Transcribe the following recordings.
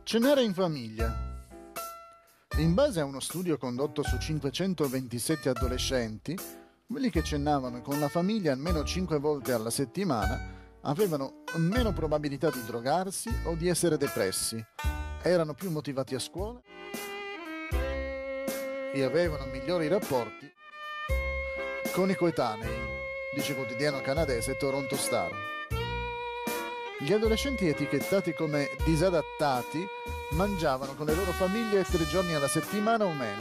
Cenare in famiglia. In base a uno studio condotto su 527 adolescenti, quelli che cenavano con la famiglia almeno 5 volte alla settimana avevano meno probabilità di drogarsi o di essere depressi, erano più motivati a scuola e avevano migliori rapporti con i coetanei, dice il quotidiano canadese Toronto Star. Gli adolescenti etichettati come disadattati mangiavano con le loro famiglie 3 giorni alla settimana o meno.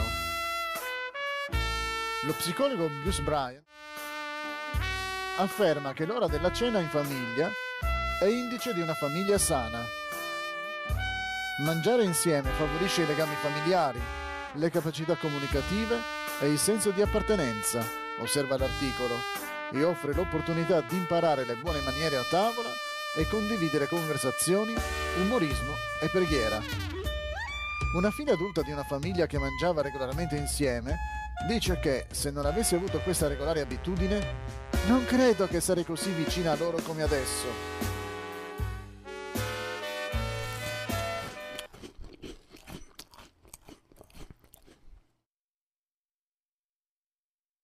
Lo psicologo Bruce Bryan afferma che l'ora della cena in famiglia è indice di una famiglia sana. Mangiare insieme favorisce i legami familiari, le capacità comunicative e il senso di appartenenza, osserva l'articolo, e offre l'opportunità di imparare le buone maniere a tavola e condividere conversazioni, umorismo e preghiera. Una figlia adulta di una famiglia che mangiava regolarmente insieme dice che se non avessi avuto questa regolare abitudine non credo che sarei così vicina a loro come adesso.